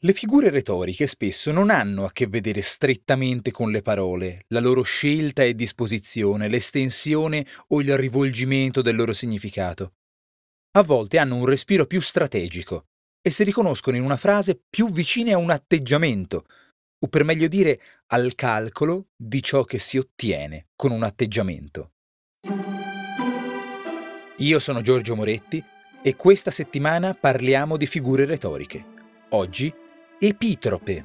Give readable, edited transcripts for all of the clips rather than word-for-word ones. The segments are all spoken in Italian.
Le figure retoriche spesso non hanno a che vedere strettamente con le parole, la loro scelta e disposizione, l'estensione o il rivolgimento del loro significato. A volte hanno un respiro più strategico e si riconoscono in una frase più vicina a un atteggiamento, o per meglio dire al calcolo di ciò che si ottiene con un atteggiamento. Io sono Giorgio Moretti e questa settimana parliamo di figure retoriche. Oggi, epitrope.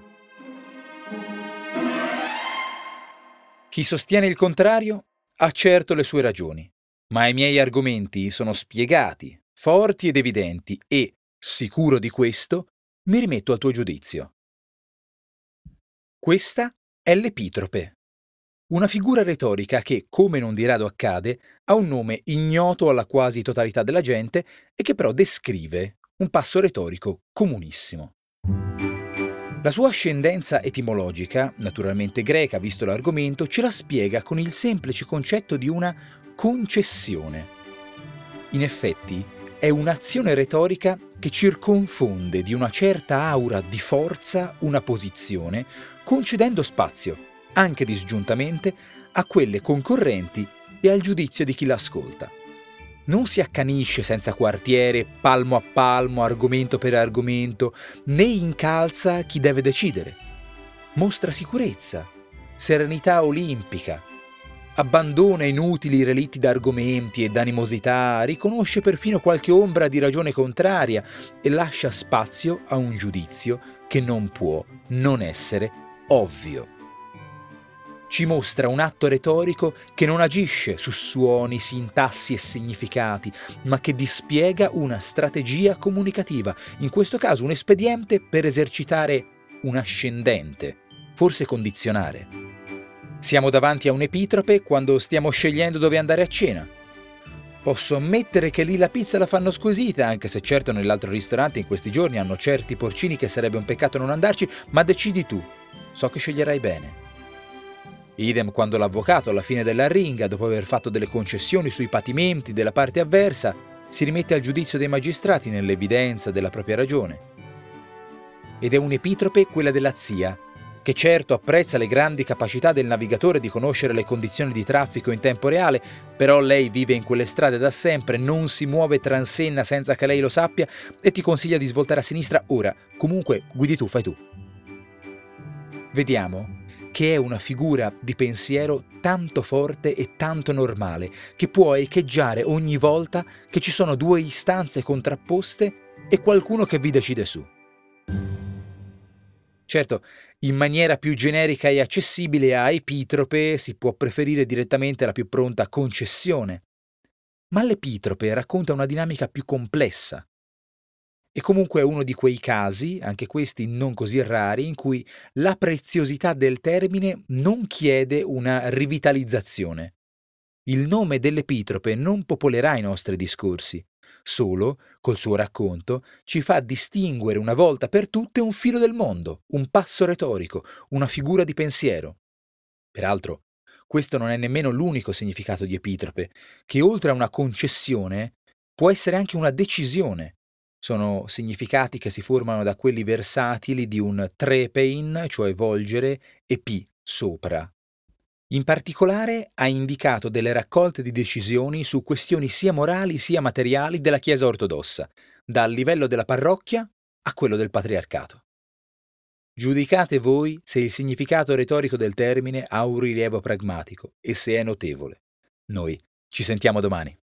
Chi sostiene il contrario ha certo le sue ragioni, ma i miei argomenti sono spiegati, forti ed evidenti e, sicuro di questo, mi rimetto al tuo giudizio. Questa è l'epitrope, una figura retorica che, come non di rado accade, ha un nome ignoto alla quasi totalità della gente e che però descrive un passo retorico comunissimo. La sua ascendenza etimologica, naturalmente greca visto l'argomento, ce la spiega con il semplice concetto di una concessione. In effetti, è un'azione retorica che circonfonde di una certa aura di forza una posizione, concedendo spazio, anche disgiuntamente, a quelle concorrenti e al giudizio di chi l'ascolta. Non si accanisce senza quartiere, palmo a palmo, argomento per argomento, né incalza chi deve decidere. Mostra sicurezza, serenità olimpica, abbandona inutili relitti d'argomenti e d'animosità, riconosce perfino qualche ombra di ragione contraria e lascia spazio a un giudizio che non può non essere ovvio. Ci mostra un atto retorico che non agisce su suoni, sintassi e significati, ma che dispiega una strategia comunicativa, in questo caso un espediente per esercitare un ascendente, forse condizionare. Siamo davanti a un'epitrope quando stiamo scegliendo dove andare a cena. Posso ammettere che lì la pizza la fanno squisita, anche se certo nell'altro ristorante in questi giorni hanno certi porcini che sarebbe un peccato non andarci, ma decidi tu. So che sceglierai bene. Idem quando l'avvocato, alla fine della ringa, dopo aver fatto delle concessioni sui patimenti della parte avversa, si rimette al giudizio dei magistrati nell'evidenza della propria ragione. Ed è un'epitrope quella della zia, che certo apprezza le grandi capacità del navigatore di conoscere le condizioni di traffico in tempo reale, però lei vive in quelle strade da sempre, non si muove transenna senza che lei lo sappia e ti consiglia di svoltare a sinistra ora. Comunque, guidi tu, fai tu. Vediamo che è una figura di pensiero tanto forte e tanto normale che può echeggiare ogni volta che ci sono due istanze contrapposte e qualcuno che vi decide su. Certo, in maniera più generica e accessibile a epitrope si può preferire direttamente la più pronta concessione, ma l'epitrope racconta una dinamica più complessa. E comunque è uno di quei casi, anche questi non così rari, in cui la preziosità del termine non chiede una rivitalizzazione. Il nome dell'epitrope non popolerà i nostri discorsi, solo, col suo racconto, ci fa distinguere una volta per tutte un filo del mondo, un passo retorico, una figura di pensiero. Peraltro, questo non è nemmeno l'unico significato di epitrope, che oltre a una concessione può essere anche una decisione. Sono significati che si formano da quelli versatili di un trepein, cioè volgere, e pi, sopra. In particolare ha indicato delle raccolte di decisioni su questioni sia morali sia materiali della Chiesa ortodossa, dal livello della parrocchia a quello del patriarcato. Giudicate voi se il significato retorico del termine ha un rilievo pragmatico e se è notevole. Noi ci sentiamo domani.